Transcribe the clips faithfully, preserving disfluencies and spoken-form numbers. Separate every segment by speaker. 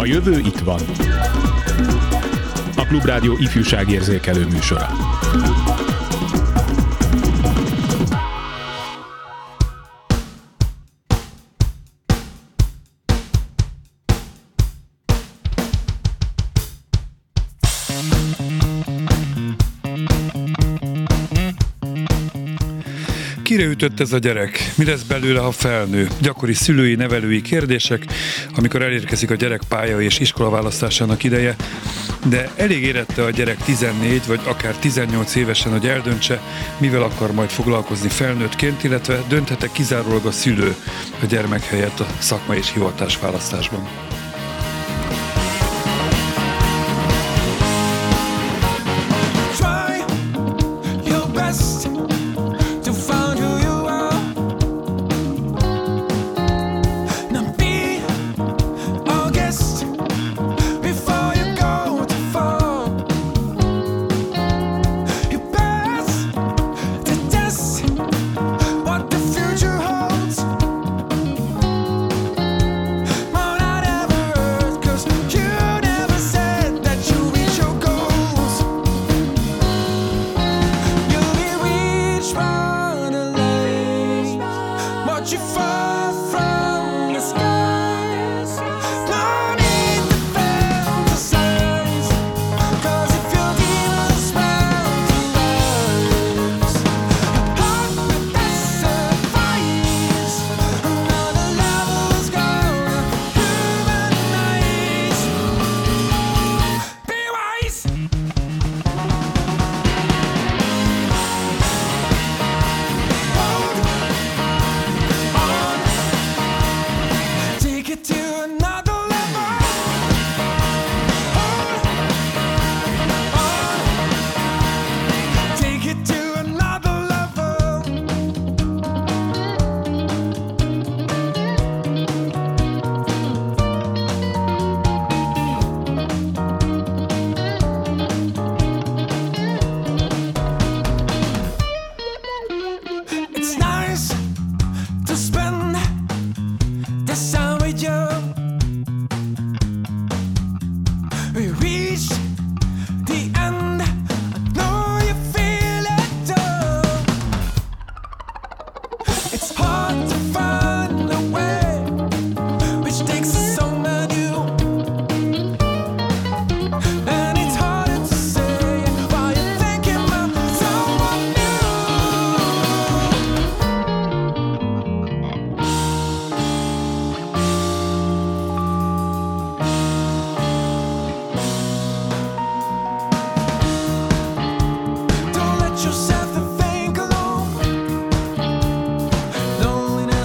Speaker 1: A jövő itt van. A Klubrádió ifjúságérzékelő műsora.
Speaker 2: Kire ütött ez a gyerek? Mi lesz belőle, ha felnő? Gyakori szülői, nevelői kérdések, amikor elérkezik a gyerek pálya és iskolaválasztásának ideje, de elég érette a gyerek tizennégy vagy akár tizennyolc évesen, hogy eldöntse, mivel akar majd foglalkozni felnőttként, illetve dönthet-e kizárólag a szülő a gyermek helyett a szakma és hivatás választásban.
Speaker 3: Yourself and think alone. Loneliness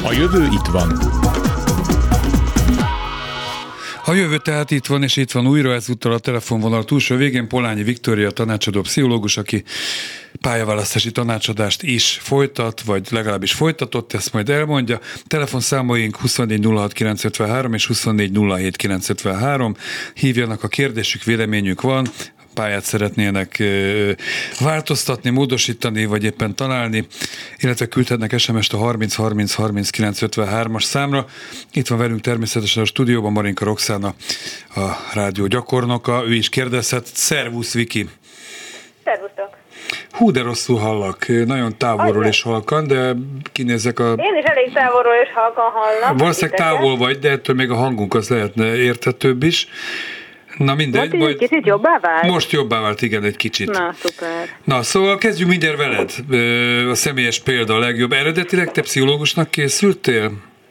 Speaker 1: A jövő itt van.
Speaker 2: A jövő tehát itt van, és itt van újra, ezúttal a telefonvonal túlsó végén Polányi Viktória tanácsadó pszichológus, aki pályaválasztási tanácsadást is folytat, vagy legalábbis folytatott, ezt majd elmondja. Telefonszámaink huszonnégy nulla hat kilencszázötvenhárom és huszonnégy nulla hét kilencszázötvenhárom. Hívjanak, a kérdésük, véleményük van, pályát szeretnének változtatni, módosítani, vagy éppen találni, illetve küldhetnek es em est a harminc harminc harminc kilencszázötvenhármas számra. Itt van velünk természetesen a stúdióban Marinka Roxana, a rádió gyakornoka, ő is kérdezhet. Szervusz, Viki!
Speaker 3: Szervusztok!
Speaker 2: Hú, de rosszul hallak, nagyon távolról
Speaker 3: Ajj,
Speaker 2: is halkan, de kinézek a...
Speaker 3: Én is elég távolról és halkan hallak.
Speaker 2: Valószínűleg távol vagy, de ettől még a hangunk az lehetne érthetőbb is. Na mindegy,
Speaker 3: most
Speaker 2: majd...
Speaker 3: kicsit jobbá vált?
Speaker 2: Most jobbá vált, igen, egy kicsit.
Speaker 3: Na, szuper.
Speaker 2: Na, szóval kezdjük mindjárt veled. A személyes példa a legjobb. Eredetileg te pszichológusnak készültél?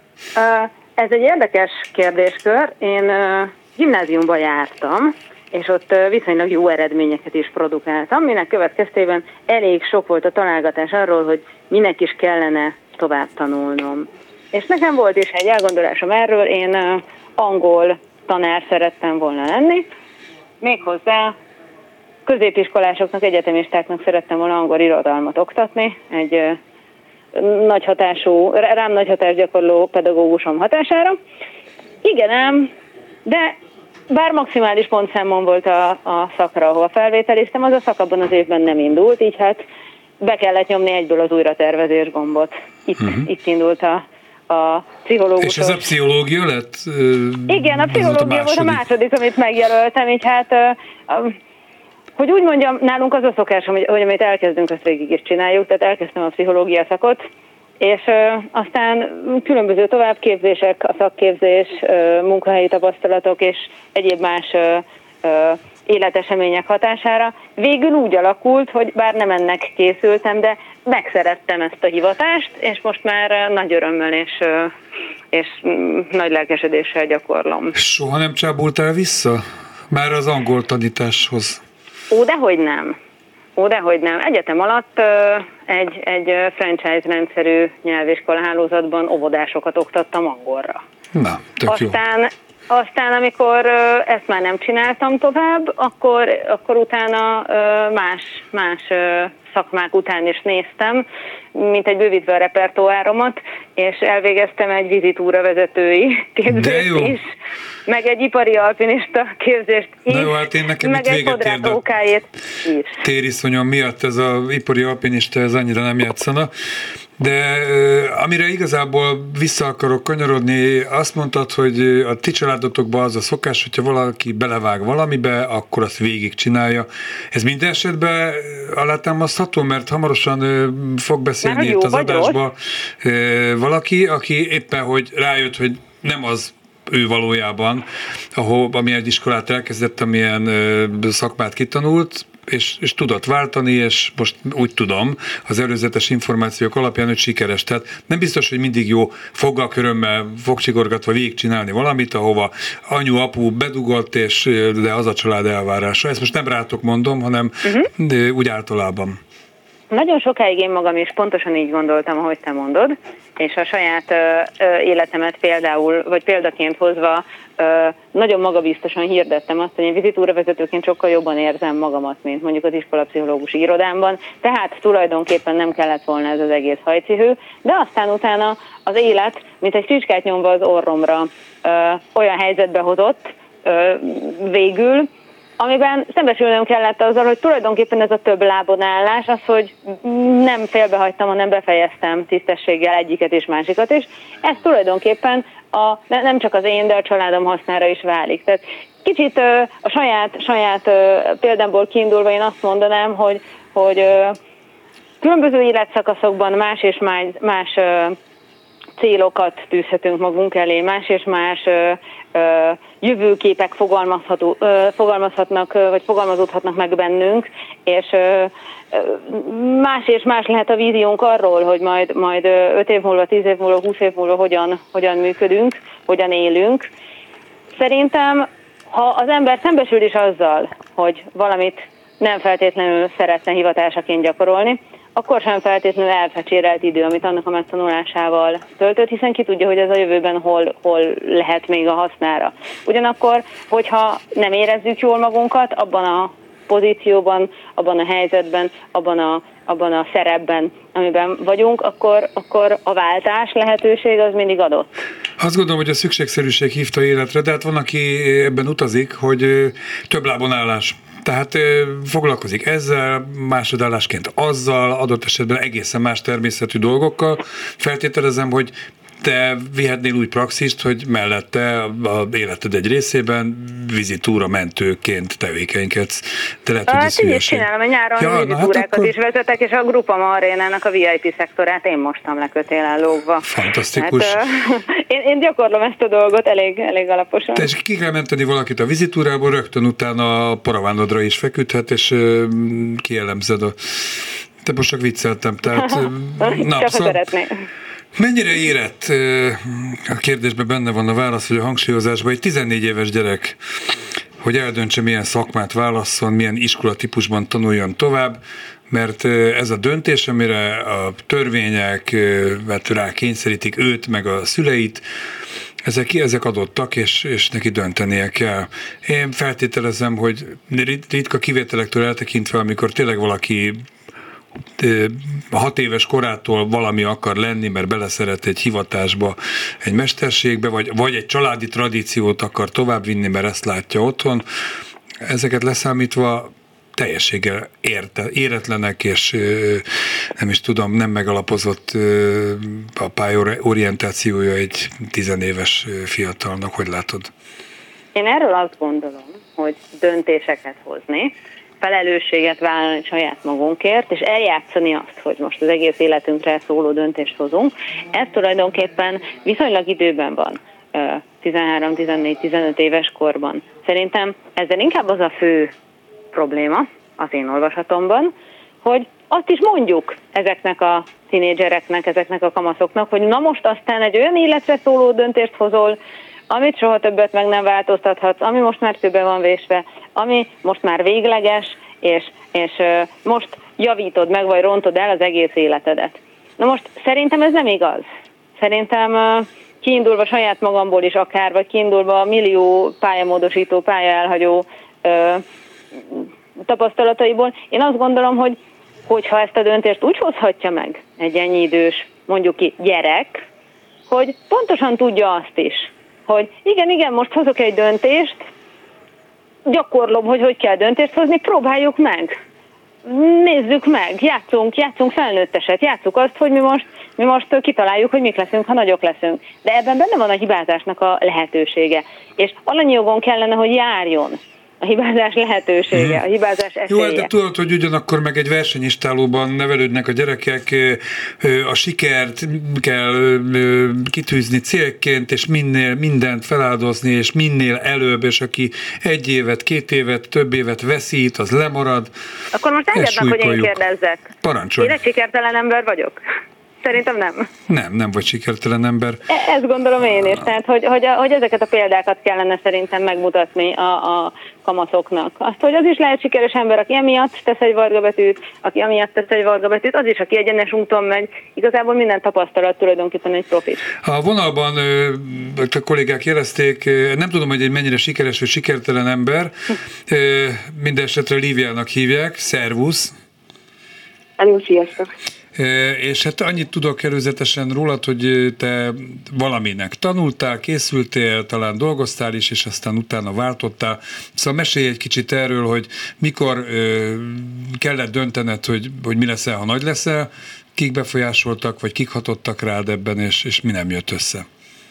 Speaker 3: Ez egy érdekes kérdéskör. Én gimnáziumba jártam, és ott viszonylag jó eredményeket is produkáltam, minek következtében elég sok volt a találgatás arról, hogy minek is kellene tovább tanulnom. És nekem volt is egy elgondolásom erről, én angol tanár szerettem volna lenni, méghozzá középiskolásoknak, egyetemistáknak szerettem volna angol irodalmat oktatni, egy nagy hatású, rám nagy hatást gyakorló pedagógusom hatására. Igen ám, de bár maximális pontszámon volt a, a szakra, ahol felvételiztem, az a szak abban az évben nem indult, így hát be kellett nyomni egyből az újratervezés gombot. Itt, uh-huh. itt indult a a pszichológus.
Speaker 2: És ez a pszichológia lett?
Speaker 3: Igen, a pszichológia volt a második, amit megjelöltem, így hát, hogy úgy mondjam, nálunk az a szokás, hogy, hogy amit elkezdünk, azt végig is csináljuk, tehát elkezdtem a pszichológia szakot, és aztán különböző továbbképzések, a szakképzés, munkahelyi tapasztalatok és egyéb más életesemények hatására végül úgy alakult, hogy bár nem ennek készültem, de megszerettem ezt a hivatást, és most már nagy örömmel és, és nagy lelkesedéssel gyakorlom.
Speaker 2: Soha nem csábultál vissza? Már az angol tanításhoz?
Speaker 3: Ó, dehogy nem. Ó, dehogy nem. Egyetem alatt egy, egy franchise rendszerű nyelviskola hálózatban óvodásokat oktattam angolra.
Speaker 2: Na, tök
Speaker 3: Aztán
Speaker 2: jó.
Speaker 3: Aztán, amikor ezt már nem csináltam tovább, akkor, akkor utána más, más szakmák után is néztem, mint egy bővítve a repertoáromat, és elvégeztem egy vizitúra vezetői képzést is, meg egy ipari alpinista képzést is,
Speaker 2: jó, hát én nekem
Speaker 3: meg egy fodrászókájét is.
Speaker 2: Tériszonyom miatt ez az ipari alpinista, ez annyira nem játszana. De amire igazából vissza akarok kanyarodni, azt mondtad, hogy a ti családotokban az a szokás, hogyha valaki belevág valamibe, akkor azt végigcsinálja. Ez minden esetben alátámasztható, mert hamarosan fog beszélni itt az adásban valaki, aki éppen, hogy rájött, hogy nem az ő valójában, ahol, amilyen iskolát elkezdett, amilyen szakmát kitanult, És, és tudott váltani, és most úgy tudom, az előzetes információk alapján, hogy sikeres. Tehát nem biztos, hogy mindig jó foggal, körömmel, fogcsigorgatva végigcsinálni valamit, ahova anyu, apu bedugott, és de az a család elvárása. Ezt most nem rátok mondom, hanem uh-huh. úgy általában.
Speaker 3: Nagyon sokáig én magam is pontosan így gondoltam, ahogy te mondod, és a saját ö, ö, életemet például, vagy példaként hozva ö, nagyon magabiztosan hirdettem azt, hogy én vizitúravezetőként sokkal jobban érzem magamat, mint mondjuk az iskolapszichológusi irodámban, tehát tulajdonképpen nem kellett volna ez az egész hajcihő, de aztán utána az élet, mint egy fricskát nyomva az orromra ö, olyan helyzetbe hozott ö, végül, amiben szembesülnöm kellett azzal, hogy tulajdonképpen ez a több lábon állás, az, hogy nem félbehagytam, hanem befejeztem tisztességgel egyiket és másikat is. Ez tulajdonképpen a, nem csak az én, de a családom hasznára is válik. Tehát kicsit a saját, saját példámból kiindulva én azt mondanám, hogy, hogy különböző életszakaszokban más és más, más célokat tűzhetünk magunk elé, más és más ö, ö, jövőképek fogalmazható, ö, fogalmazhatnak, ö, vagy fogalmazódhatnak meg bennünk, és ö, más és más lehet a víziónk arról, hogy majd, majd öt év múlva, tíz év múlva, húsz év múlva hogyan, hogyan működünk, hogyan élünk. Szerintem, ha az ember szembesül is azzal, hogy valamit nem feltétlenül szeretne hivatásaként gyakorolni, akkor sem feltétlenül elfecsérelt idő, amit annak a megtanulásával töltött, hiszen ki tudja, hogy ez a jövőben hol, hol lehet még a hasznára. Ugyanakkor, hogyha nem érezzük jól magunkat abban a pozícióban, abban a helyzetben, abban a, abban a szerepben, amiben vagyunk, akkor, akkor a váltás lehetőség az mindig adott.
Speaker 2: Azt gondolom, hogy a szükségszerűség hívta életre, de hát van, aki ebben utazik, hogy több lábon állás. Tehát foglalkozik ezzel, másodállásként azzal, adott esetben egészen más természetű dolgokkal. Feltételezem, hogy te vihetnél úgy praxist, hogy mellette a életed egy részében vizitúra mentőként tevékenykedsz. Te lehet, hogy ez
Speaker 3: hülyeség. Csinálom, hogy nyáron ja, vizitúrákat hát akkor... is vezetek, és a Groupama Arénának a vé i pé szektorát én mostam le kötélen lógva.
Speaker 2: Fantasztikus.
Speaker 3: Hát, uh, én, én gyakorlom ezt a dolgot elég, elég alaposan.
Speaker 2: Te és ki kell menteni valakit a vizitúrából, rögtön utána a paravánodra is feküdhet, és uh, kielemzed a... Te most csak vicceltem, tehát...
Speaker 3: Na, csak szóval... szeretné.
Speaker 2: Mennyire érett, a kérdésben benne van a válasz, hogy a hangsúlyozásban egy tizennégy éves gyerek, hogy eldöntse, milyen szakmát válasszon, milyen iskolatípusban tanuljon tovább, mert ez a döntés, amire a törvények rá kényszerítik őt, meg a szüleit, ezek, ezek adottak, és, és neki döntenie kell. Én feltételezem, hogy ritka kivételektől eltekintve, amikor tényleg valaki hat éves korától valami akar lenni, mert beleszeret egy hivatásba, egy mesterségbe, vagy, vagy egy családi tradíciót akar továbbvinni, mert ezt látja otthon. Ezeket leszámítva teljességgel érte, éretlenek, és nem is tudom, nem megalapozott a pályaorientációja egy tizenéves fiatalnak. Hogy látod?
Speaker 3: Én erről azt gondolom, hogy döntéseket hozni, felelősséget vállalni saját magunkért, és eljátszani azt, hogy most az egész életünkre szóló döntést hozunk. Ez tulajdonképpen viszonylag időben van, tizenhárom, tizennégy, tizenöt éves korban. Szerintem ezzel inkább az a fő probléma az én olvasatomban, hogy azt is mondjuk ezeknek a tínédzsereknek, ezeknek a kamaszoknak, hogy na most aztán egy olyan életre szóló döntést hozol, amit soha többet meg nem változtathatsz, ami most már kőbe van vésve, ami most már végleges, és, és most javítod meg, vagy rontod el az egész életedet. Na most szerintem ez nem igaz. Szerintem kiindulva saját magamból is akár, vagy kiindulva a millió pályamódosító, pályaelhagyó tapasztalataiból, én azt gondolom, hogy hogyha ezt a döntést úgy hozhatja meg egy ennyi idős, mondjuk ki gyerek, hogy pontosan tudja azt is, hogy igen, igen, most hozok egy döntést, gyakorlom, hogy hogy kell döntést hozni, próbáljuk meg. Nézzük meg, játszunk, játszunk felnőtteset, játsszuk azt, hogy mi most, mi most kitaláljuk, hogy mik leszünk, ha nagyok leszünk. De ebben benne van a hibázásnak a lehetősége. És alanyi jogon kellene, hogy járjon a hibázás lehetősége, a hibázás esélye.
Speaker 2: Jó, de tudod, hogy ugyanakkor meg egy versenyistálóban nevelődnek a gyerekek, a sikert kell kitűzni célként, és minél mindent feláldozni, és minél előbb, és aki egy évet, két évet, több évet veszít, az lemarad.
Speaker 3: Akkor most engedd meg, hogy én kérdezzek.
Speaker 2: Parancsolj.
Speaker 3: Én egy sikertelen ember vagyok? Szerintem nem.
Speaker 2: Nem, nem vagy sikertelen ember.
Speaker 3: E- ezt gondolom én is, tehát hogy, hogy, hogy ezeket a példákat kellene szerintem megmutatni a, a kamaszoknak. Azt, hogy az is lehet sikeres ember, aki emiatt tesz egy vargabetűt, aki emiatt tesz egy vargabetűt, az is, aki egyenes úton megy. Igazából minden tapasztalat tulajdonképpen egy profit.
Speaker 2: A vonalban a kollégák jelezték, nem tudom, hogy egy mennyire sikeres vagy sikertelen ember, minden esetre Líviának hívják. Szervusz!
Speaker 4: Hello, sziasztok!
Speaker 2: És hát annyit tudok előzetesen rólad, hogy te valaminek tanultál, készültél, talán dolgoztál is, és aztán utána váltottál. Szóval mesélj egy kicsit erről, hogy mikor ö, kellett döntened, hogy, hogy mi leszel, ha nagy leszel, kik befolyásoltak, vagy kik hatottak rád ebben, és, és mi nem jött össze?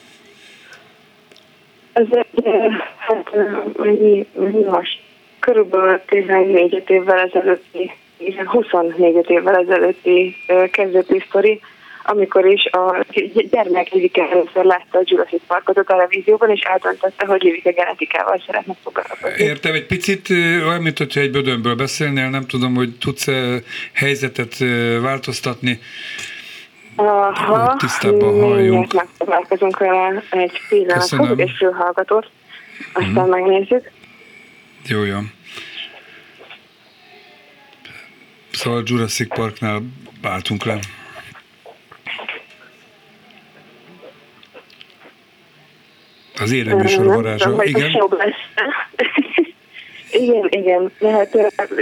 Speaker 4: Ez hát, most körülbelül tizennégy évvel ezelőtti huszonnégy évvel ezelőtti kezdeti sztori, amikor is a gyermek Livike először látta a Jurassic Parkot a televízióban, és eldöntötte, hogy Livike genetikával szeretne foglalkozni.
Speaker 2: Értem, egy picit olyan, mint hogyha egy bödönből beszélnél, nem tudom, hogy tudsz-e helyzetet változtatni.
Speaker 4: Aha,
Speaker 2: tisztában halljunk.
Speaker 4: Megpróbálkozunk vele egy pillanat, hozok egy fülhallgatót, aztán uh-huh. megnézzük.
Speaker 2: Jó, jó. Szóval Jurassic Parknál álltunk le. Az élőműsor varázsa. Igen.
Speaker 4: igen, igen. Lehet,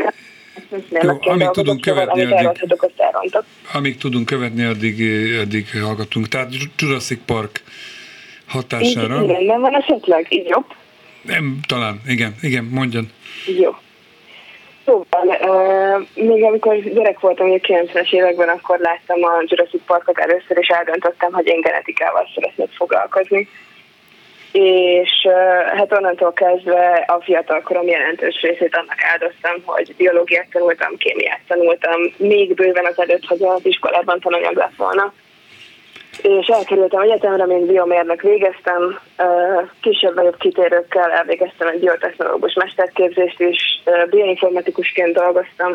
Speaker 2: jó, amíg tudunk követni, addig, amíg tudunk követni, addig, addig hallgatunk. Tehát Jurassic Park hatására.
Speaker 4: Igen, nem van esetleg, így jobb?
Speaker 2: Nem, talán, igen, igen, mondjon.
Speaker 4: Jó. Szóval, uh, még amikor gyerek voltam, a kilencvenes években, akkor láttam a Jurassic Parkot először, és eldöntöttem, hogy én genetikával szeretnék foglalkozni. És uh, hát onnantól kezdve a fiatalkorom jelentős részét annak áldoztam, hogy biológiát tanultam, kémiát tanultam, még bőven azelőtt, hogy az iskolában tananyag lett volna. És elkerültem egyetemre, mint biomérnök végeztem, kisebb-nagyobb kitérőkkel elvégeztem egy biotechnológus mesterképzést is, bioinformatikusként dolgoztam,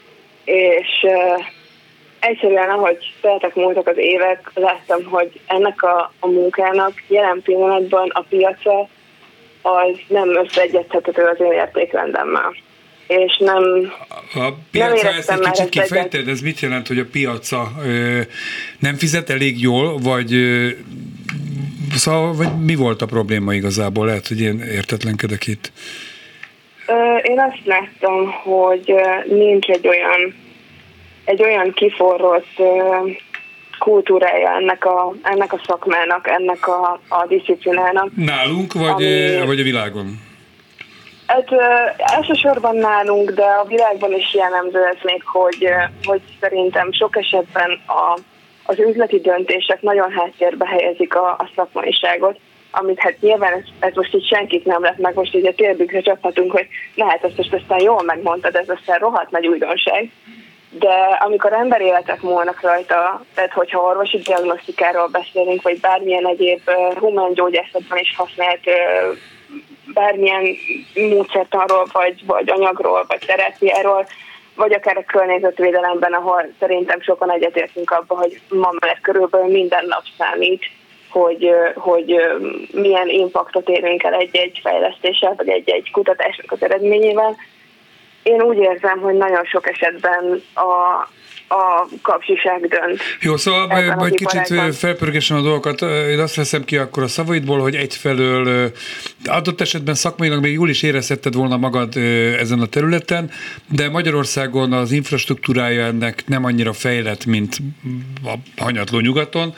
Speaker 4: és egyszerűen, ahogy teltek múltak az évek, láttam, hogy ennek a, a munkának jelen pillanatban a piaca az nem összeegyeztethető az én értékrendemmel. És nem
Speaker 2: A piaca, ezt egy kicsit kifejted, ez mit jelent, hogy a piaca ö, nem fizet elég jól, vagy, ö, szóval, vagy mi volt a probléma igazából? Lehet, hogy én értetlenkedek itt.
Speaker 4: Ö, én azt láttam, hogy nincs egy olyan, egy olyan kiforrott ö, kultúrája ennek a, ennek a szakmának, ennek a, a diszciplinának.
Speaker 2: Nálunk, vagy, ami, vagy a világon?
Speaker 4: Hát uh, elsősorban nálunk, de a világban is jellemző ez még, hogy, hogy szerintem sok esetben a, az üzleti döntések nagyon háttérbe helyezik a, a szakmaiságot, amit hát nyilván ez, ez most így senkit nem lett meg, most így a térbükre csaphatunk, hogy lehet ezt most aztán jól megmondtad, ez aztán rohadt nagy újdonság. De amikor emberéletek múlnak rajta, tehát hogyha orvosi diagnosztikáról beszélünk, vagy bármilyen egyéb uh, humán gyógyászatban is használt uh, bármilyen módszertanról, vagy, vagy anyagról, vagy terápiáról, vagy akár a környezetvédelemben, ahol szerintem sokan egyetértünk abban, hogy ma már körülbelül minden nap számít, hogy, hogy milyen impaktot érünk el egy-egy fejlesztéssel, vagy egy-egy kutatásnak az eredményével. Én úgy érzem, hogy nagyon sok esetben a a kapcsiság dönt.
Speaker 2: Jó, szóval majd kicsit felpörgessem a dolgokat. Én azt veszem ki akkor a szavaidból, hogy egyfelől adott esetben szakmailag még jól is érezhetted volna magad ezen a területen, de Magyarországon az infrastruktúrája ennek nem annyira fejlett, mint a hanyatló nyugaton.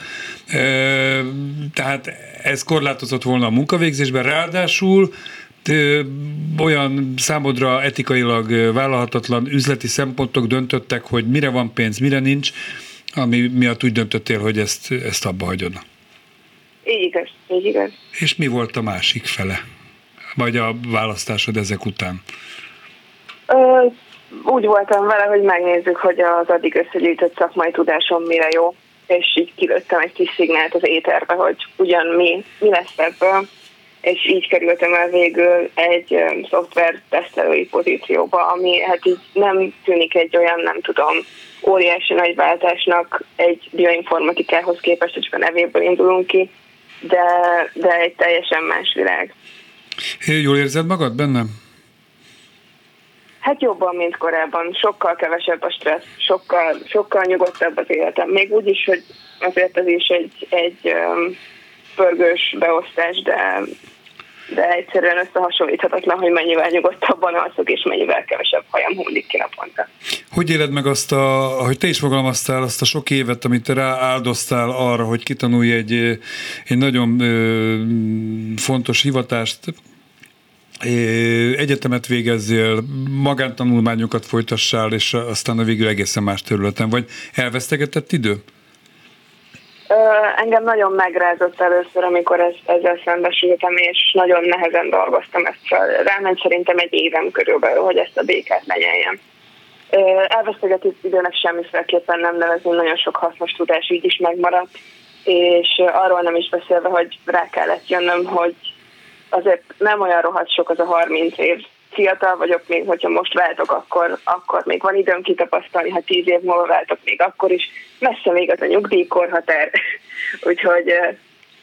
Speaker 2: Tehát ez korlátozott volna a munkavégzésben, ráadásul olyan számodra etikailag vállalhatatlan üzleti szempontok döntöttek, hogy mire van pénz, mire nincs, ami miatt úgy döntöttél, hogy ezt, ezt abba hagyod.
Speaker 4: Így igaz, így igaz.
Speaker 2: És mi volt a másik fele? Vagy a választásod ezek után?
Speaker 4: Ö, úgy voltam vele, hogy megnézzük, hogy az addig összegyűjtött szakmai tudásom mire jó, és így kilőttem egy kis szignált az éterbe, hogy ugyan mi, mi lesz ebből, és így kerültem el végül egy um, szoftver tesztelői pozícióba, ami hát így nem tűnik egy olyan, nem tudom, óriási nagy váltásnak egy bioinformatikához képest, hogy csak a nevéből indulunk ki, de, de egy teljesen más világ.
Speaker 2: Jól érzed magad benne?
Speaker 4: Hát jobban, mint korábban. Sokkal kevesebb a stressz, sokkal, sokkal nyugodtabb az életem. Még úgy is, hogy azért ez is egy, egy um, pörgős beosztás, de de egyszerűen összehasonlíthatatlan, hogy mennyivel nyugodtabban alszok, és mennyivel kevesebb hajam hullik ki naponta.
Speaker 2: Hogy éled meg azt, a, ahogy te is fogalmaztál, azt a sok évet, amit te rááldoztál arra, hogy kitanulj egy, egy nagyon ö, fontos hivatást, egyetemet végezzél, magántanulmányokat folytassál, és aztán a végül egészen más területen vagy. Elvesztegetett idő?
Speaker 4: Engem nagyon megrázott először, amikor ez, ezzel szembesültem, és nagyon nehezen dolgoztam ezt fel. Ráment szerintem egy évem körülbelül, hogy ezt a békát lenyeljem. Elvesztegetett időnek semmiféleképpen nem nevezni, nagyon sok hasznos tudás így is megmaradt, és arról nem is beszélve, hogy rá kellett jönnöm, hogy azért nem olyan rohadt sok az a harminc év. Fiatal vagyok még, hogyha most váltok, akkor, akkor még van időm kitapasztalni, ha tíz év múlva váltok még akkor is. Messze még az a nyugdíjkorhatár, úgyhogy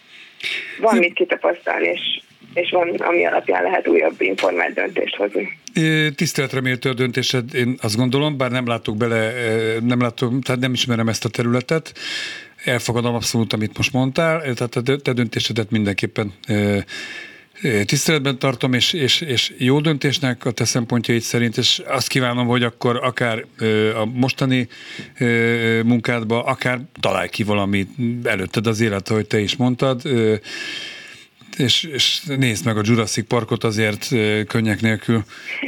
Speaker 4: van mit kitapasztalni, és, és van, ami alapján lehet újabb informált döntést hozni.
Speaker 2: Tiszteletre méltó a döntésed, én azt gondolom, bár nem látok bele, nem látom, tehát nem ismerem ezt a területet. Elfogadom abszolút, amit most mondtál, tehát a te döntésedet mindenképpen tiszteletben tartom, és, és, és jó döntésnek a te szempontjaid szerint, és azt kívánom, hogy akkor akár a mostani munkádba, akár találj ki valami előtted az élet, ahogy te is mondtad, és, és nézd meg a Jurassic Parkot azért könnyek nélkül.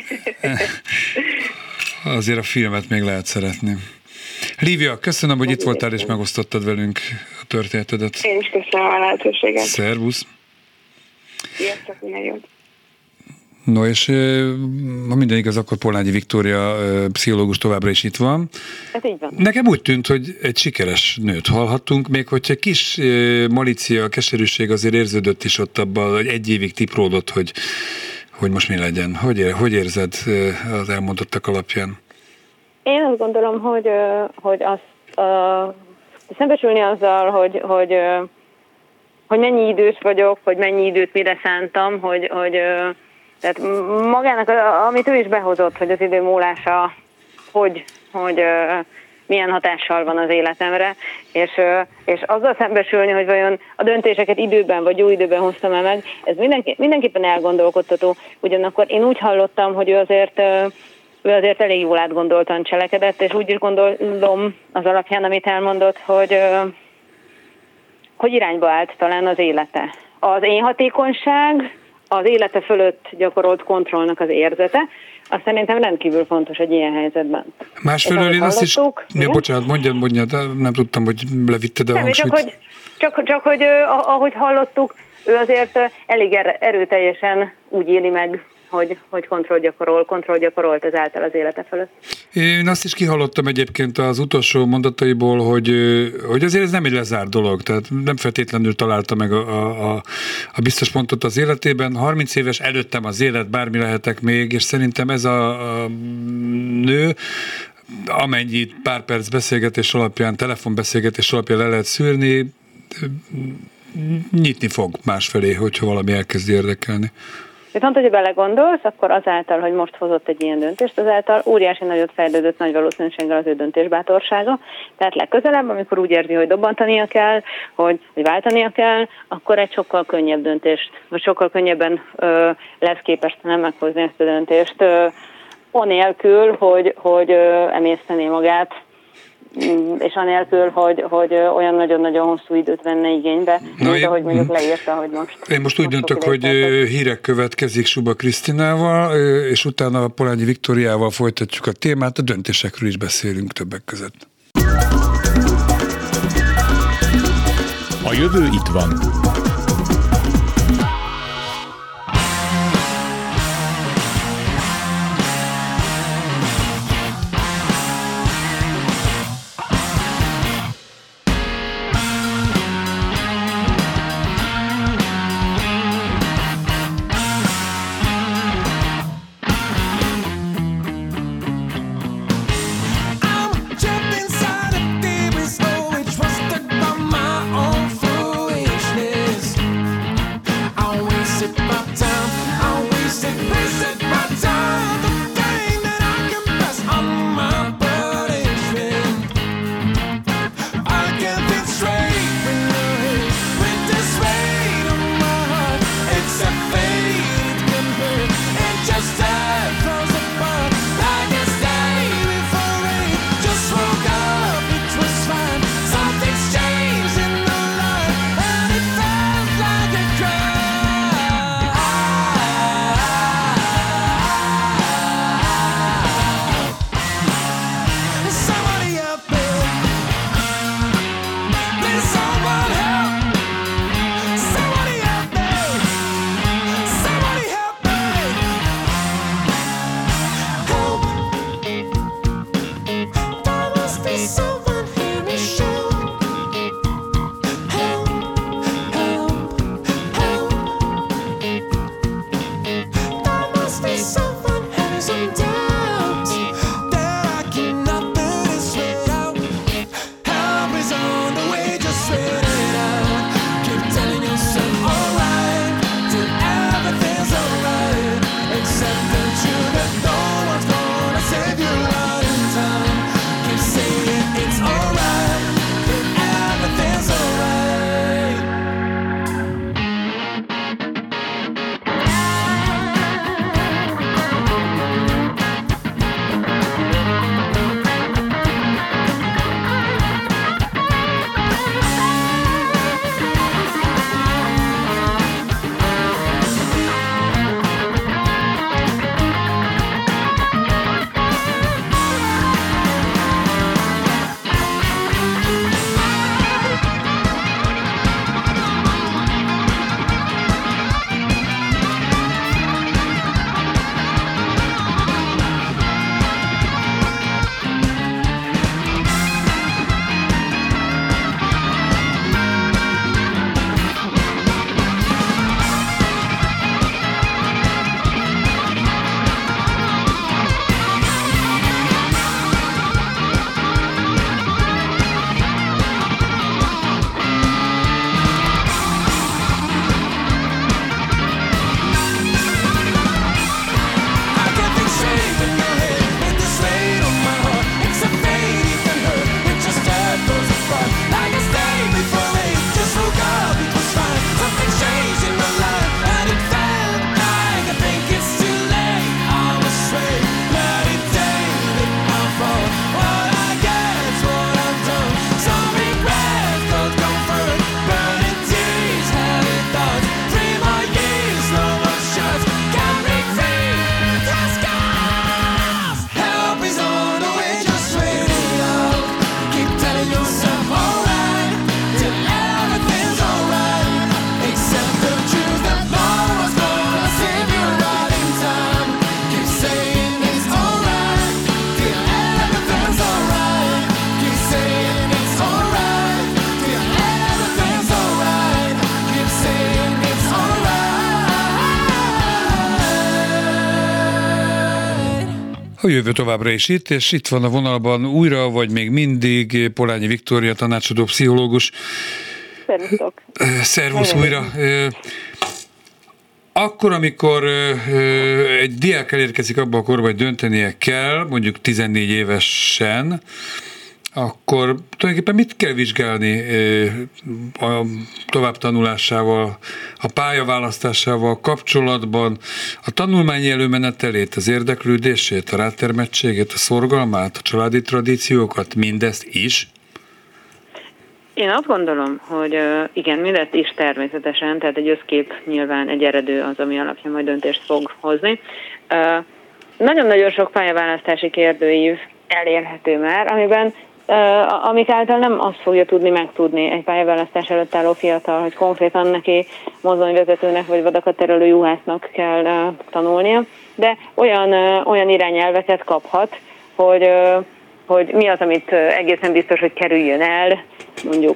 Speaker 2: Azért a filmet még lehet szeretni. Lívia, köszönöm, hogy itt voltál és megosztottad velünk a történetedet.
Speaker 4: Én is köszönöm a lehetőséget.
Speaker 2: Szervusz.
Speaker 4: Sziasztok, minden jót.
Speaker 2: No, és ha minden igaz, akkor Pollányi Viktória pszichológus továbbra is itt van.
Speaker 3: Ez így van.
Speaker 2: Nekem úgy tűnt, hogy egy sikeres nőt hallhattunk, még hogyha kis malícia, keserűség azért érződött is ott abban, hogy egy évig tipródott, hogy, hogy most mi legyen. Hogy, ér, hogy érzed az elmondottak alapján?
Speaker 3: Én azt gondolom, hogy, hogy azt uh, szembesülni azzal, hogy, hogy, uh, hogy mennyi idős vagyok, hogy mennyi időt mire szántam, hogy, hogy uh, tehát magának, amit ő is behozott, hogy az idő múlása, hogy, hogy uh, milyen hatással van az életemre, és, uh, és azzal szembesülni, hogy vajon a döntéseket időben vagy jó időben hoztam el meg, ez mindenki, mindenképpen elgondolkodtató. Ugyanakkor én úgy hallottam, hogy ő azért... Uh, ő azért elég jól átgondoltan cselekedett, és úgy is gondolom az alapján, amit elmondott, hogy, hogy irányba állt talán az élete. Az én hatékonyság, az élete fölött gyakorolt kontrollnak az érzete, azt szerintem rendkívül fontos egy ilyen helyzetben.
Speaker 2: Másfelől én azt is... Ja, bocsánat, mondjad, mondjad, nem tudtam, hogy levitted a hangsúlyt.
Speaker 3: Csak, hogy, csak, csak hogy ahogy hallottuk, ő azért elég erőteljesen úgy éli meg, hogy, hogy kontroll gyakorol, kontroll gyakorolt ezáltal az élete fölött.
Speaker 2: Én azt is kihallottam egyébként az utolsó mondataiból, hogy, hogy azért ez nem egy lezárt dolog, tehát nem feltétlenül találta meg a, a, a biztos pontot az életében. harminc éves előttem az élet, bármi lehetek még, és szerintem ez a, a nő, amennyi pár perc beszélgetés alapján, telefonbeszélgetés alapján le lehet szűrni, nyitni fog másfelé, hogyha valami elkezdi érdekelni.
Speaker 3: Viszont, hogyha belegondolsz, akkor azáltal, hogy most hozott egy ilyen döntést, azáltal óriási nagyot fejlődött nagy valószínűséggel az ő döntésbátorsága. Tehát legközelebb, amikor úgy érzi, hogy dobbantania kell, hogy, hogy váltania kell, akkor egy sokkal könnyebb döntést, vagy sokkal könnyebben ö, lesz képes nem meghozni ezt a döntést, ö, anélkül, hogy, hogy ö, emésztené magát, és anélkül, hogy, hogy olyan nagyon-nagyon hosszú időt venne igénybe,
Speaker 2: Na
Speaker 3: mint
Speaker 2: én,
Speaker 3: ahogy mondjuk leírta, hogy most.
Speaker 2: Én most úgy
Speaker 3: most
Speaker 2: döntök, hogy hírek következik Suba Krisztinával, és utána Pollányi Viktóriával folytatjuk a témát, a döntésekről is beszélünk többek között.
Speaker 1: A jövő itt van.
Speaker 5: Inside a demon soul, which was stuck by my own foolishness.
Speaker 2: A jövő továbbra is itt, és itt van a vonalban újra, vagy még mindig Polányi Viktória, tanácsadó pszichológus.
Speaker 3: Szervusztok.
Speaker 2: Szervusz újra. Akkor, amikor egy diák elérkezik abba a korba, hogy döntenie kell, mondjuk tizennégy évesen, akkor tulajdonképpen mit kell vizsgálni a továbbtanulásával, a pályaválasztásával kapcsolatban, a tanulmányi előmenetelét, az érdeklődését, a rátermettségét, a szorgalmát, a családi tradíciókat, mindezt is?
Speaker 3: Én azt gondolom, hogy igen, mindezt is természetesen, tehát egy összkép nyilván egy eredő az, ami alapján majd döntést fog hozni. Nagyon-nagyon sok pályaválasztási kérdőív elérhető már, amiben amik által nem azt fogja tudni megtudni egy pályaválasztás előtt álló fiatal, hogy konkrétan neki mozdonyvezetőnek vagy vadakat terelő juhásznak kell tanulnia, de olyan, olyan irányelveket kaphat, hogy, hogy mi az, amit egészen biztos, hogy kerüljön el, mondjuk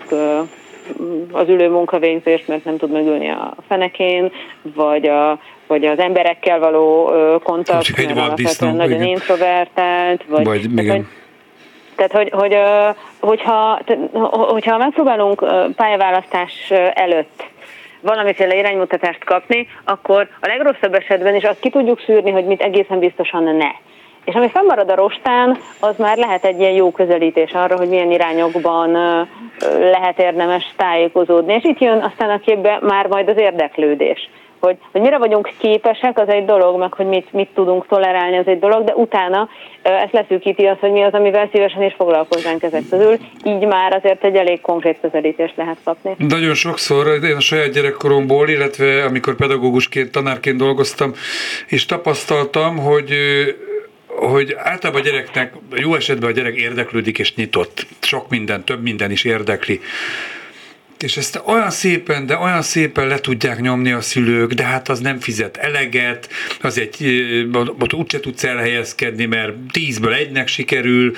Speaker 3: az ülő munkavégzést, mert nem tud megülni a fenekén, vagy, a, vagy az emberekkel való kontakt, mert alapvetően nagyon igen. introvertált, vagy... vagy tehát, Tehát, hogy, hogy, hogyha, hogyha megpróbálunk pályaválasztás előtt valamiféle iránymutatást kapni, akkor a legrosszabb esetben is azt ki tudjuk szűrni, hogy mit egészen biztosan ne. És ami fennmarad a rostán, az már lehet egy ilyen jó közelítés arra, hogy milyen irányokban lehet érdemes tájékozódni. És itt jön aztán a képbe már majd az érdeklődés. Hogy, hogy mire vagyunk képesek, az egy dolog, meg hogy mit, mit tudunk tolerálni, az egy dolog, de utána ezt leszűkíti az, hogy mi az, amivel szívesen is foglalkoznánk ezek közül. Így már azért egy elég konkrét közelítést lehet kapni. Nagyon
Speaker 2: sokszor én a saját gyerekkoromból, illetve amikor pedagógusként, tanárként dolgoztam, és tapasztaltam, hogy hogy általában a gyereknek, jó esetben a gyerek érdeklődik és nyitott. Sok minden, több minden is érdekli. És ezt olyan szépen, de olyan szépen le tudják nyomni a szülők, de hát az nem fizet eleget, az egy, ott úgyse tudsz elhelyezkedni, mert tízből egynek sikerül,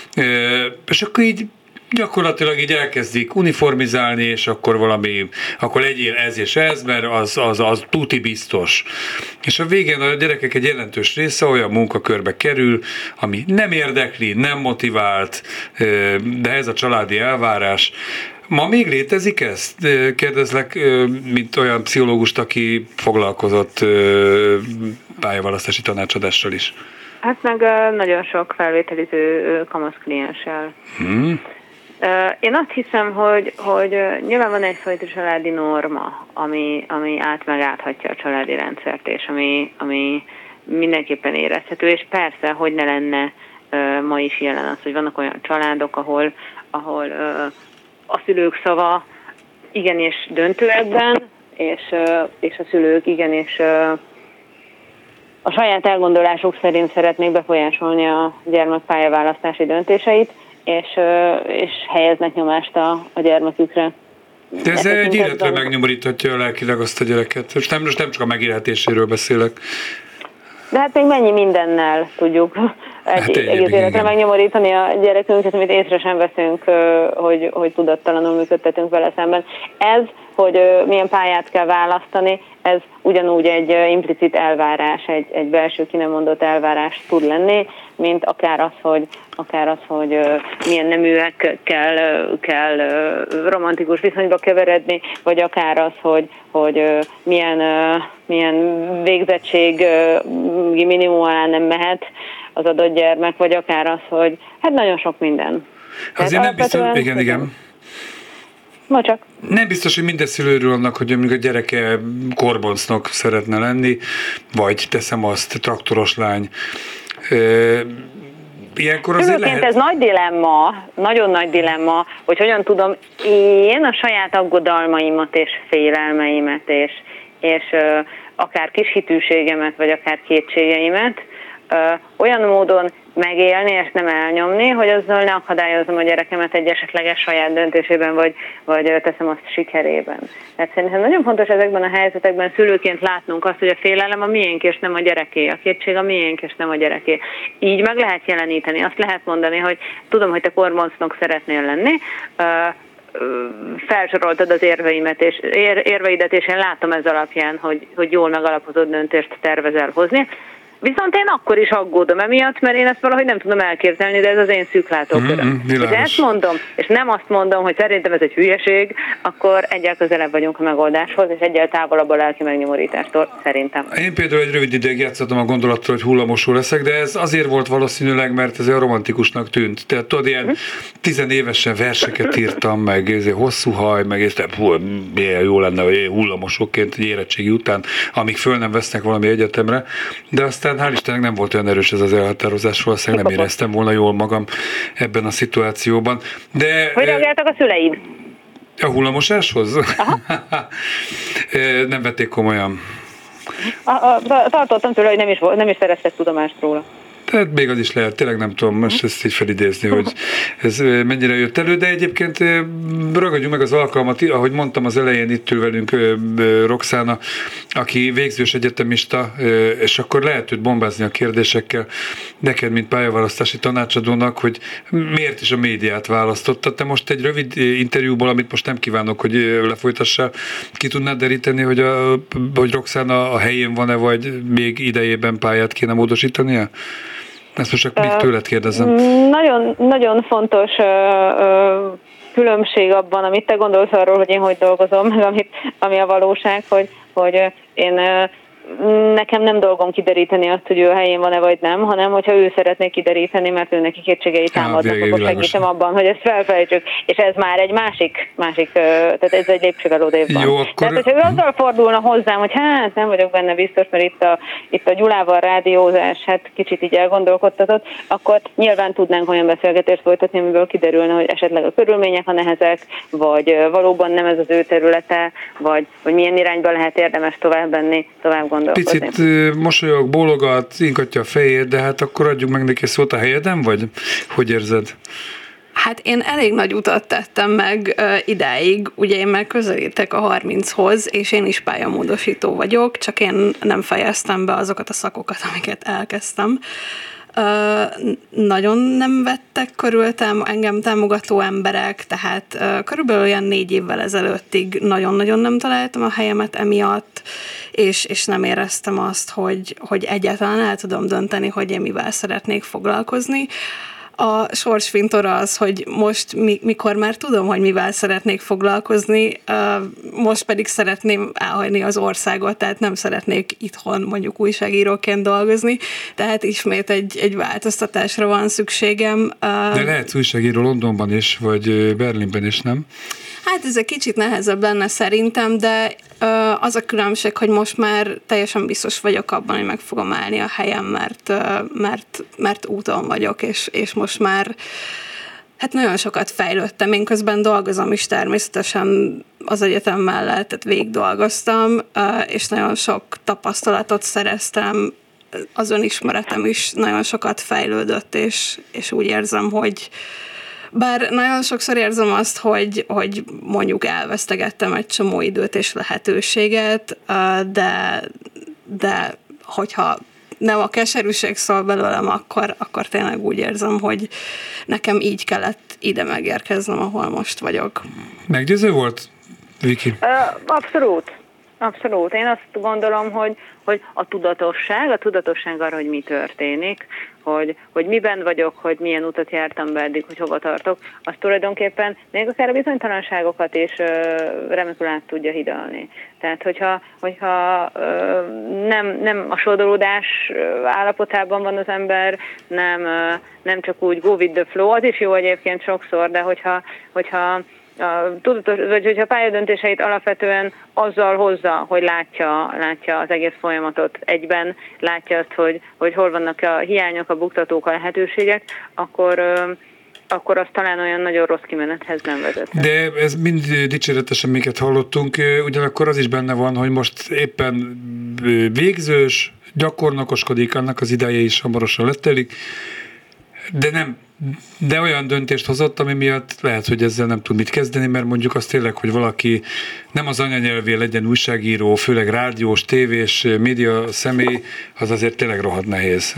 Speaker 2: és akkor így gyakorlatilag így elkezdik uniformizálni, és akkor valami, akkor legyél ez és ez, mert az, az, az tuti biztos. És a végén a gyerekek egy jelentős része olyan munkakörbe kerül, ami nem érdekli, nem motivált, de ez a családi elvárás. Ma még létezik ez? Kérdezlek, mint olyan pszichológust, aki foglalkozott pályaválasztási tanácsadással is.
Speaker 3: Hát meg nagyon sok felvételiző kamasz klienssel. Hmm. Én azt hiszem, hogy, hogy nyilván van egyfajta családi norma, ami, ami át megáthatja a családi rendszert, és ami, ami mindenképpen érezhető, és persze, hogy ne lenne ma is jelen az, hogy vannak olyan családok, ahol, ahol a szülők szava igenis döntő ebben, és, és a szülők igenis a saját elgondolásuk szerint szeretnék befolyásolni a gyermek pályaválasztási döntéseit, és, és helyeznek nyomást a, a gyermekükre.
Speaker 2: De ez egy életre megnyomoríthatja lelkileg azt a gyereket. Most nem, most nem csak a megélhetéséről beszélek.
Speaker 3: De hát még mennyi mindennel tudjuk egy hát egész életre megnyomorítani a gyerekünket, amit észre sem veszünk, hogy, hogy tudattalanul működtetünk vele szemben. Ez, hogy milyen pályát kell választani, ez ugyanúgy egy implicit elvárás, egy, egy belső ki nem mondott elvárás tud lenni, mint akár az, hogy, akár az, hogy milyen neműekkel kell romantikus viszonyba keveredni, vagy akár az, hogy, hogy milyen, milyen végzettség minimum alá nem mehet az adott gyermek, vagy akár az, hogy hát nagyon sok minden.
Speaker 2: Azért nem biztos, igen, igen.
Speaker 3: Ma csak.
Speaker 2: Nem biztos, hogy minden szülőről annak, hogy mondjuk a gyereke korboncnak szeretne lenni, vagy teszem azt, traktoros lány. Ilyenkor azért lehet...
Speaker 3: ez nagy dilemma, nagyon nagy dilemma, hogy hogyan tudom én a saját aggodalmaimat és félelmeimet, és, és uh, akár kis hitűségemet, vagy akár kétségeimet uh, olyan módon megélni és nem elnyomni, hogy azzal ne akadályozom a gyerekemet egy esetleges saját döntésében, vagy, vagy teszem azt sikerében. Tehát szerintem nagyon fontos ezekben a helyzetekben szülőként látnunk azt, hogy a félelem a miénk és nem a gyereké, a kétség a miénk és nem a gyereké. Így meg lehet jeleníteni, azt lehet mondani, hogy tudom, hogy te kormoncnok szeretnél lenni, felsoroltad az érveimet és ér, érveidet, és én látom ez alapján, hogy, hogy jól megalapozott döntést tervezel hozni. Viszont én akkor is aggódom emiatt, mert én ezt valahogy nem tudom elképzelni, de ez az én szűklátóköröm.
Speaker 2: Mm-hmm,
Speaker 3: de ezt mondom, és nem azt mondom, hogy szerintem ez egy hülyeség, akkor egyel közelebb vagyunk a megoldáshoz, és egyel távolabb a lelki megnyomorítástól, szerintem.
Speaker 2: Én például egy rövid ideig játszottam a gondolattal, hogy hullamosú leszek, de ez azért volt valószínűleg, mert ez olyan romantikusnak tűnt. Tehát tudod, ilyen mm. tizenévesen verseket írtam, meg ez hosszú haj, meg ez hú, jó lenne, hogy hullamosokként egy érettségi után, amíg föl nem vesznek valami egyetemre, de aztán hál' Istennek nem volt olyan erős ez az elhatározás, valószínűleg nem éreztem volna jól magam ebben a szituációban. De,
Speaker 3: hogy reagáltak a szüleid?
Speaker 2: A hullamosáshoz? Nem vették komolyan.
Speaker 3: A, a, tartottam tőle, hogy nem is, nem is szereztek tudomást róla.
Speaker 2: Tehát még az is lehet, tényleg nem tudom most ezt így felidézni, hogy ez mennyire jött elő, de egyébként ragadjunk meg az alkalmat, ahogy mondtam az elején, itt ül velünk Roxana, aki végzős egyetemista, és akkor lehet őt bombázni a kérdésekkel, neked, mint pályaválasztási tanácsadónak, hogy miért is a médiát választottad. Te most egy rövid interjúból, amit most nem kívánok, hogy lefolytassál, ki tudnád deríteni, hogy, a, hogy Roxana a helyén van-e, vagy még idejében pályát kéne módosítania? Ezt most csak még tőled kérdezem.
Speaker 3: Nagyon, nagyon fontos uh, uh, különbség abban, amit te gondolsz arról, hogy én hogy dolgozom, meg amit, ami a valóság, hogy, hogy uh, én uh, nekem nem dolgom kideríteni azt, hogy ő a helyén van-e vagy nem, hanem hogyha ő szeretné kideríteni, mert ő neki kétségei támadnak, akkor segítem abban, hogy ezt felfejtsük. És ez már egy másik, másik tehát ez egy lépcsővel odébb van. Jó, akkor... Tehát, hogyha ő azzal fordulna hozzám, hogy hát nem vagyok benne biztos, mert itt a, itt a Gyulával rádiózás, hát kicsit így elgondolkodtatott, akkor nyilván tudnánk olyan beszélgetést folytatni, amiből kiderülne, hogy esetleg a körülmények a nehezek, vagy valóban nem ez az ő területe, vagy, vagy milyen irányba lehet érdemes tovább menni, tovább gondolkozni.
Speaker 2: Picit mosolyog, bólogat, inkatja a fejét, de hát akkor adjuk meg neki szót a helyeden, vagy hogy érzed?
Speaker 5: Hát én elég nagy utat tettem meg uh, idáig, ugye én már közelítek a harminchoz, és én is pályamódosító vagyok, csak én nem fejeztem be azokat a szakokat, amiket elkezdtem. Uh, nagyon nem vettek körültem engem támogató emberek, tehát uh, körülbelül olyan négy évvel ezelőttig nagyon-nagyon nem találtam a helyemet emiatt, és, és nem éreztem azt, hogy, hogy egyáltalán el tudom dönteni, hogy én mivel szeretnék foglalkozni. A sorsfintora az, hogy most, mikor már tudom, hogy mivel szeretnék foglalkozni, most pedig szeretném elhagyni az országot, tehát nem szeretnék itthon mondjuk újságíróként dolgozni, tehát ismét egy, egy változtatásra van szükségem.
Speaker 2: De lehetsz újságíró Londonban is, vagy Berlinben is, nem?
Speaker 5: Hát ez egy kicsit nehezebb lenne szerintem, de az a különbség, hogy most már teljesen biztos vagyok abban, hogy meg fogom állni a helyem, mert, mert, mert úton vagyok, és, és most már hát nagyon sokat fejlődtem. Én közben dolgozom is természetesen az egyetem mellett, tehát végig dolgoztam, és nagyon sok tapasztalatot szereztem, az önismeretem is nagyon sokat fejlődött, és, és úgy érzem, hogy bár nagyon sokszor érzem azt, hogy, hogy mondjuk elvesztegettem egy csomó időt és lehetőséget, de, de hogyha nem a keserűség szól belőlem, akkor, akkor tényleg úgy érzem, hogy nekem így kellett ide megérkeznem, ahol most vagyok.
Speaker 2: Meggyőző volt, Viki?
Speaker 3: Abszolút. Abszolút. Én azt gondolom, hogy, hogy a tudatosság, a tudatosság arra, hogy mi történik, hogy, hogy miben vagyok, hogy milyen utat jártam be eddig, hogy hova tartok, az tulajdonképpen még akár a bizonytalanságokat is ö, remekül át tudja hidalni. Tehát, hogyha, hogyha ö, nem, nem a sodródás állapotában van az ember, nem, ö, nem csak úgy go with the flow, az is jó egyébként sokszor, de hogyha, hogyha a tudatos, vagy hogyha a pályadöntéseit alapvetően azzal hozza, hogy látja, látja az egész folyamatot egyben, látja azt, hogy, hogy hol vannak a hiányok, a buktatók, a lehetőségek, akkor, akkor az talán olyan nagyon rossz kimenethez nem vezet.
Speaker 2: De ez mind dicséretes, amiket hallottunk, ugyanakkor az is benne van, hogy most éppen végzős, gyakornokoskodik, annak az ideje is hamarosan lettelik, de nem de olyan döntést hozott, ami miatt lehet, hogy ezzel nem tud mit kezdeni, mert mondjuk azt tényleg, hogy valaki nem az anyanyelvén legyen újságíró, főleg rádiós, tévés, média személy, az azért tényleg rohadt nehéz.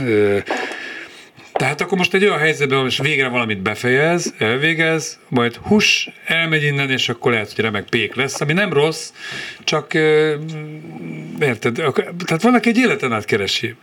Speaker 2: Tehát akkor most egy olyan helyzetben, hogy végre valamit befejez, elvégez, majd hús, elmegy innen, és akkor lehet, hogy remek pék lesz, ami nem rossz, csak érted, tehát valaki egy életen át keresi.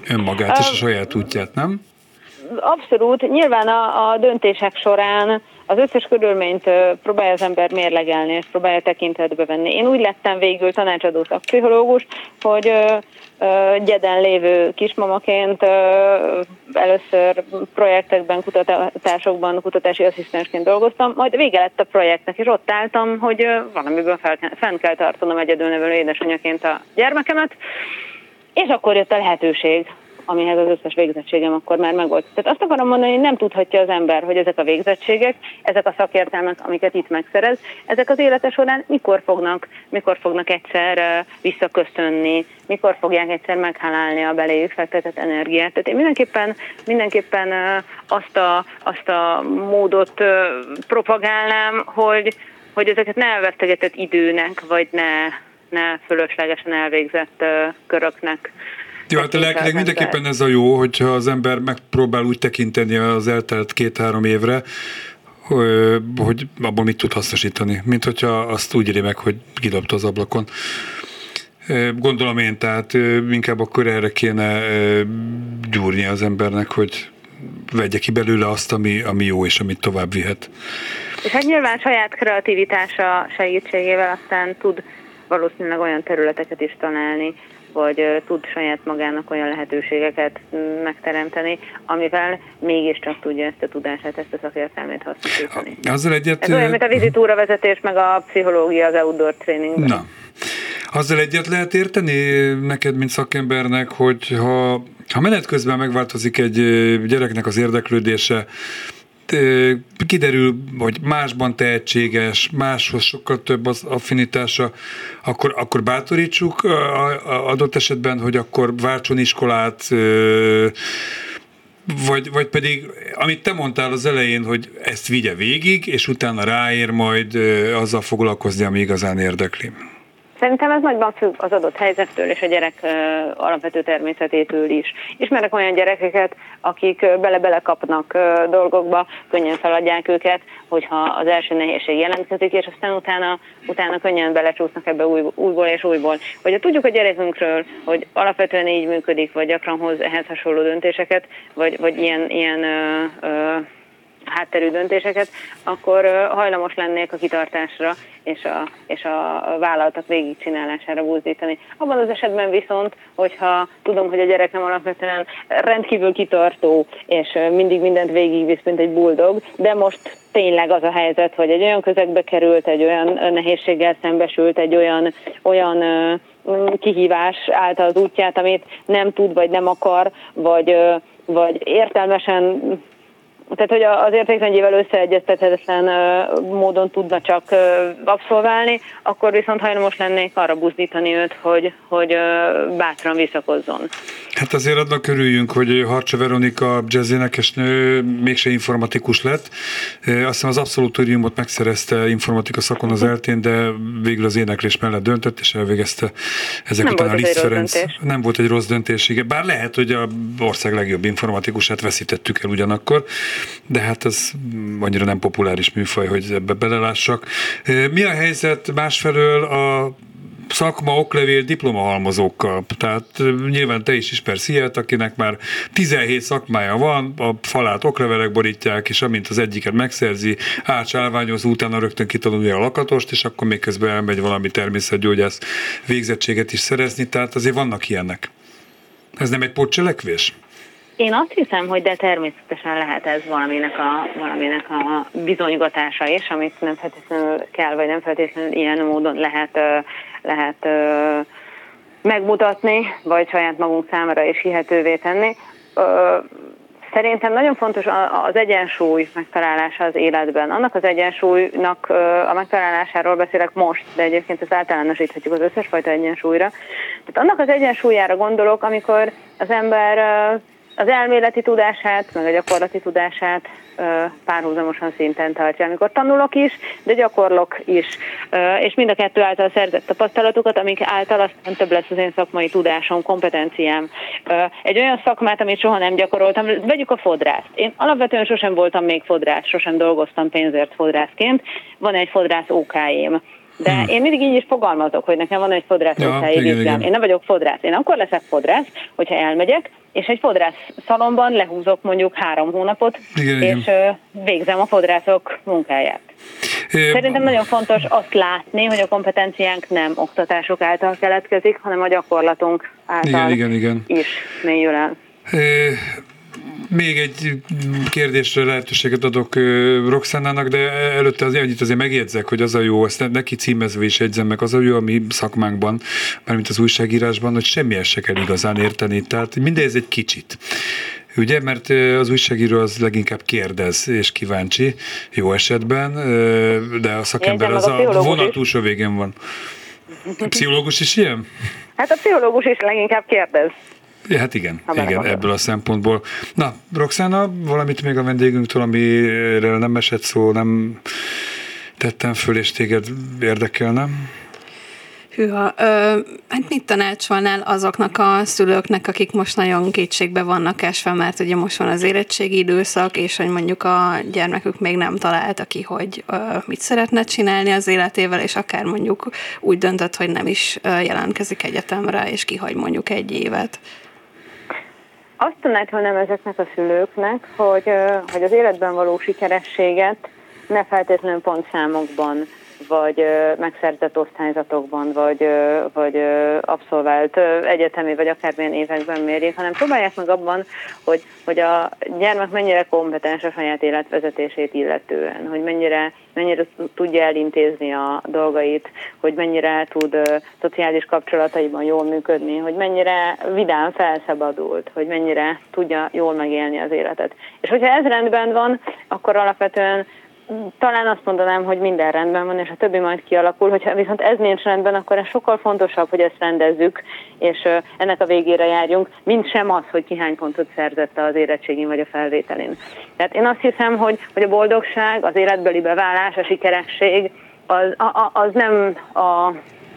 Speaker 2: önmagát és a saját útját, nem?
Speaker 3: Abszolút. Nyilván a, a döntések során az összes körülményt próbálja az ember mérlegelni, és próbálja tekintetbe venni. Én úgy lettem végül tanácsadó szakpszichológus, hogy ö, ö, gyeden lévő kismamaként ö, először projektekben, kutatásokban, kutatási asszisztensként dolgoztam, majd vége lett a projektnek, és ott álltam, hogy ö, valamiből fel, fenn kell tartanom egyedülnevelő édesanyaként a gyermekemet, és akkor jött a lehetőség, amihez az összes végzettségem akkor már megvolt. Tehát azt akarom mondani, hogy nem tudhatja az ember, hogy ezek a végzettségek, ezek a szakértelmek, amiket itt megszerez, ezek az élete során mikor fognak, mikor fognak egyszer visszaköszönni, mikor fogják egyszer meghálálni a beléjük fektetett energiát. Tehát én mindenképpen, mindenképpen azt a, azt a módot propagálnám, hogy, hogy ezeket ne elvesztegetett időnek, vagy ne, ne fölöslegesen elvégzett köröknek.
Speaker 2: Jó, hát lelkileg mindenképpen ez a jó, hogyha az ember megpróbál úgy tekinteni az eltelt két-három évre, hogy abból mit tud hasznosítani, mint hogyha azt úgy írja meg, hogy kidobta az ablakon. Gondolom én, tehát inkább akkor erre kéne gyúrni az embernek, hogy vegye ki belőle azt, ami, ami jó, és amit tovább vihet.
Speaker 3: És hát nyilván saját kreativitása segítségével aztán tud valószínűleg olyan területeket is találni, vagy tud saját magának olyan lehetőségeket megteremteni, amivel mégiscsak tudja ezt a tudását, ezt a szakértelmét hasznosítani.
Speaker 2: Azzal egyet...
Speaker 3: Ez olyan, mint a vizitúravezetés, meg a pszichológia az outdoor trainingben.
Speaker 2: Na, azzal egyet lehet érteni neked, mint szakembernek, hogy ha, ha menet közben megváltozik egy gyereknek az érdeklődése, kiderül, hogy másban tehetséges, máshoz sokkal több az affinitása, akkor, akkor bátorítsuk adott esetben, hogy akkor váltson iskolát, vagy, vagy pedig, amit te mondtál az elején, hogy ezt vigye végig, és utána ráér majd azzal foglalkozni, ami igazán érdekli.
Speaker 3: Szerintem ez nagyban függ az adott helyzettől és a gyerek uh, alapvető természetétől is. Ismerek olyan gyerekeket, akik uh, bele-bele kapnak uh, dolgokba, könnyen feladják őket, hogyha az első nehézség jelentkezik, és aztán utána, utána könnyen belecsúsznak ebbe új, újból és újból. Hogyha tudjuk a gyerekünkről, hogy alapvetően így működik, vagy gyakran hoz ehhez hasonló döntéseket, vagy, vagy ilyen, ilyen uh, uh, hátterű döntéseket, akkor hajlamos lennék a kitartásra és a, és a vállalatok végigcsinálására buzdítani. Abban az esetben viszont, hogyha tudom, hogy a gyerekem alapvetően rendkívül kitartó, és mindig mindent végigvisz, mint egy buldog, de most tényleg az a helyzet, hogy egy olyan közegbe került, egy olyan nehézséggel szembesült, egy olyan, olyan kihívás állta az útját, amit nem tud, vagy nem akar, vagy, vagy értelmesen, tehát, hogy az értékrendjével összeegyeztethetetlen módon tudna csak abszolválni, akkor viszont hajlamos lennék arra buzdítani őt, hogy, hogy bátran visszakozzon.
Speaker 2: Hát azért adnak örüljünk, hogy Harcsa Veronika jazzénekesnő mégse informatikus lett. Azt hiszem az abszolútóriumot megszerezte informatika szakon az eltén, de végül az éneklés mellett döntött, és elvégezte ezek
Speaker 3: Nem
Speaker 2: után a Liszt Ferenc.
Speaker 3: Döntés.
Speaker 2: Nem volt egy rossz döntés, igen. Bár lehet, hogy a ország legjobb informatikusát veszítettük el ugyanakkor, de hát ez annyira nem populáris műfaj, hogy ebbe belelássak. Mi a helyzet másfelől a szakma oklevél diplomahalmozókkal? Tehát nyilván te is ismersz ilyet, akinek már tizenhét szakmája van, a falát oklevelek borítják, és amint az egyiket megszerzi, átcsálványozó, utána rögtön kitanulja a lakatost, és akkor még közben elmegy valami természetgyógyász végzettséget is szerezni, tehát azért vannak ilyenek. Ez nem egy pótcselekvés?
Speaker 3: Én azt hiszem, hogy de természetesen lehet ez valaminek a, valaminek a bizonygatása is, amit nem feltétlenül kell, vagy nem feltétlenül ilyen módon lehet, lehet megmutatni, vagy saját magunk számára is hihetővé tenni. Szerintem nagyon fontos az egyensúly megtalálása az életben. Annak az egyensúlynak a megtalálásáról beszélek most, de egyébként ezt általánosíthatjuk az összes fajta egyensúlyra. Tehát annak az egyensúlyára gondolok, amikor az ember az elméleti tudását, meg a gyakorlati tudását párhuzamosan szinten tartja. Amikor tanulok is, de gyakorlok is. És mind a kettő által szerzett tapasztalatokat, amik által aztán több lesz az én szakmai tudásom, kompetenciám. Egy olyan szakmát, amit soha nem gyakoroltam, vegyük a fodrászt. Én alapvetően sosem voltam még fodrász, sosem dolgoztam pénzért fodrászként. Van egy fodrász ó ká-im. De hmm. én mindig így is fogalmazok, hogy nekem van egy fodrász-osztályi ja, vizsgám. Én nem vagyok fodrász. Én akkor leszek fodrász, hogyha elmegyek, és egy fodrász szalomban lehúzok mondjuk három hónapot, igen, és igen. végzem a fodrászok munkáját. É, Szerintem nagyon fontos azt látni, hogy a kompetenciánk nem oktatások által keletkezik, hanem a gyakorlatunk által
Speaker 2: igen, igen, igen.
Speaker 3: is mélyül el.
Speaker 2: É, Még egy kérdésre lehetőséget adok Roxannának, de előtte azért annyit azért megjegyzek, hogy az a jó, ezt neki címezve is jegyzem meg, az a jó a mi szakmánkban, mármint az újságírásban, hogy semmihez se kell igazán érteni, tehát mindez egy kicsit. Ugye, mert az újságíró az leginkább kérdez és kíváncsi, jó esetben, de a szakember az a, a vonat túlsó végén van. A pszichológus is ilyen?
Speaker 3: Hát a pszichológus is leginkább kérdez.
Speaker 2: Ja, hát igen, igen, ebből a szempontból. Na, Roxana, valamit még a vendégünktől, amire nem esett szó, nem tettem föl, és téged érdekelne?
Speaker 5: Hűha, ö, hát mit tanácsolnál azoknak a szülőknek, akik most nagyon kétségbe vannak esve, mert ugye most van az érettségi időszak, és hogy mondjuk a gyermekük még nem találta ki, hogy ö, mit szeretne csinálni az életével, és akár mondjuk úgy döntött, hogy nem is ö, jelentkezik egyetemre, és kihagy mondjuk egy évet.
Speaker 3: Azt tanácsolnám ezeknek a szülőknek, hogy, hogy az életben való sikerességet ne feltétlenül pontszámokban, vagy megszerzett osztályzatokban, vagy, vagy abszolvált egyetemi, vagy akármilyen években mérjék, hanem próbálják meg abban, hogy, hogy a gyermek mennyire kompetens a saját életvezetését illetően, hogy mennyire, mennyire tudja elintézni a dolgait, hogy mennyire tud uh, szociális kapcsolataiban jól működni, hogy mennyire vidám, felszabadult, hogy mennyire tudja jól megélni az életet. És hogyha ez rendben van, akkor alapvetően talán azt mondanám, hogy minden rendben van, és a többi majd kialakul, hogyha viszont ez nincs rendben, akkor ez sokkal fontosabb, hogy ezt rendezzük, és ennek a végére járjunk, mint sem az, hogy ki hány pontot szerzett az érettségin vagy a felvételin. Tehát én azt hiszem, hogy, hogy a boldogság, az életbeli beválás, a sikeresség, az, a, az nem a,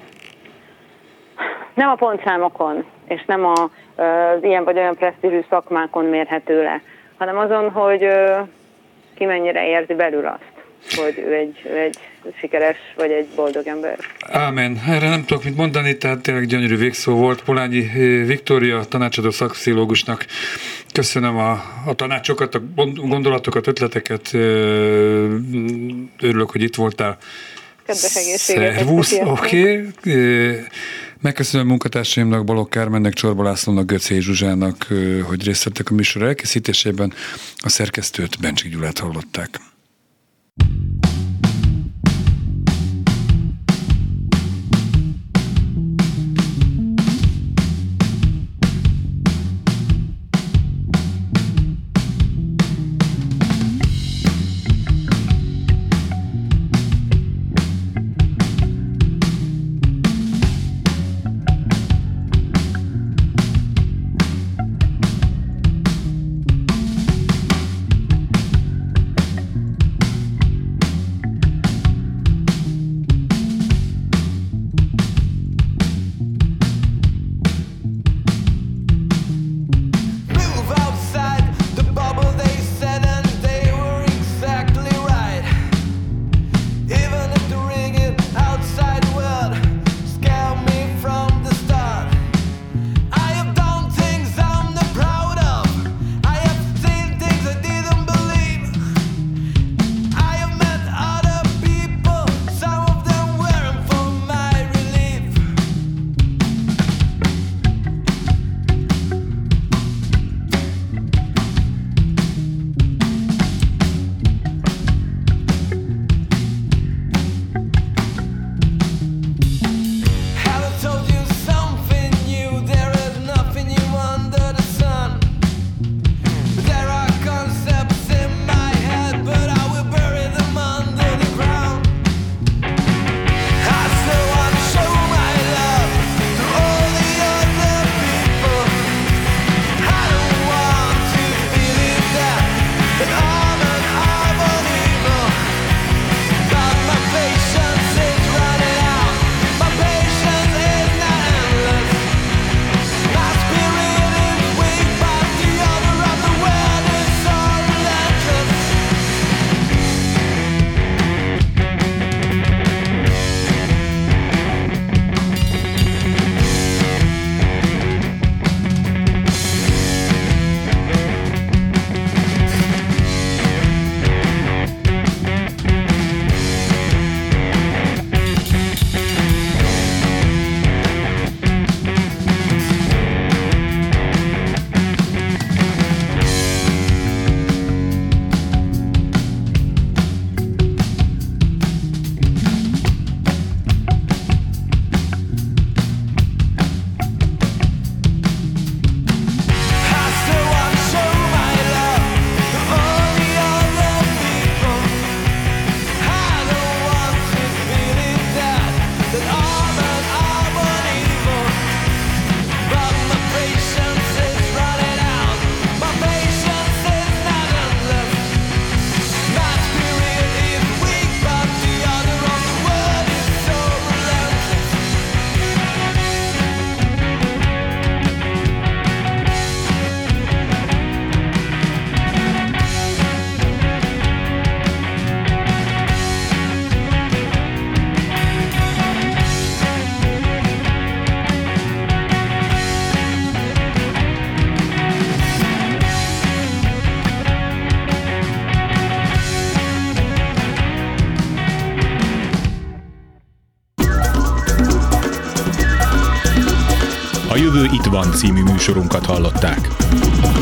Speaker 3: nem a pontszámokon, és nem a, az ilyen vagy olyan presztízsű szakmákon mérhető le, hanem azon, hogy ki mennyire érzi belül azt, hogy ő egy, ő egy sikeres, vagy egy boldog ember.
Speaker 2: Ámen. Erre nem tudok mit mondani, tehát tényleg gyönyörű végszó volt. Polányi Viktória, tanácsadó szakpszichológusnak köszönöm a, a tanácsokat, a gondolatokat, ötleteket. Örülök, hogy itt voltál.
Speaker 3: Kedves egészséget.
Speaker 2: Szervusz, oké. Okay. Megköszönöm munkatársaimnak, Balogh Kármennek, Csorba Lászlónak, Göcé Zsuzsának, hogy részt vettek a műsor elkészítésében. A szerkesztőt, Bencsik Gyulát hallották.
Speaker 1: A Jövő itt van című műsorunkat hallották.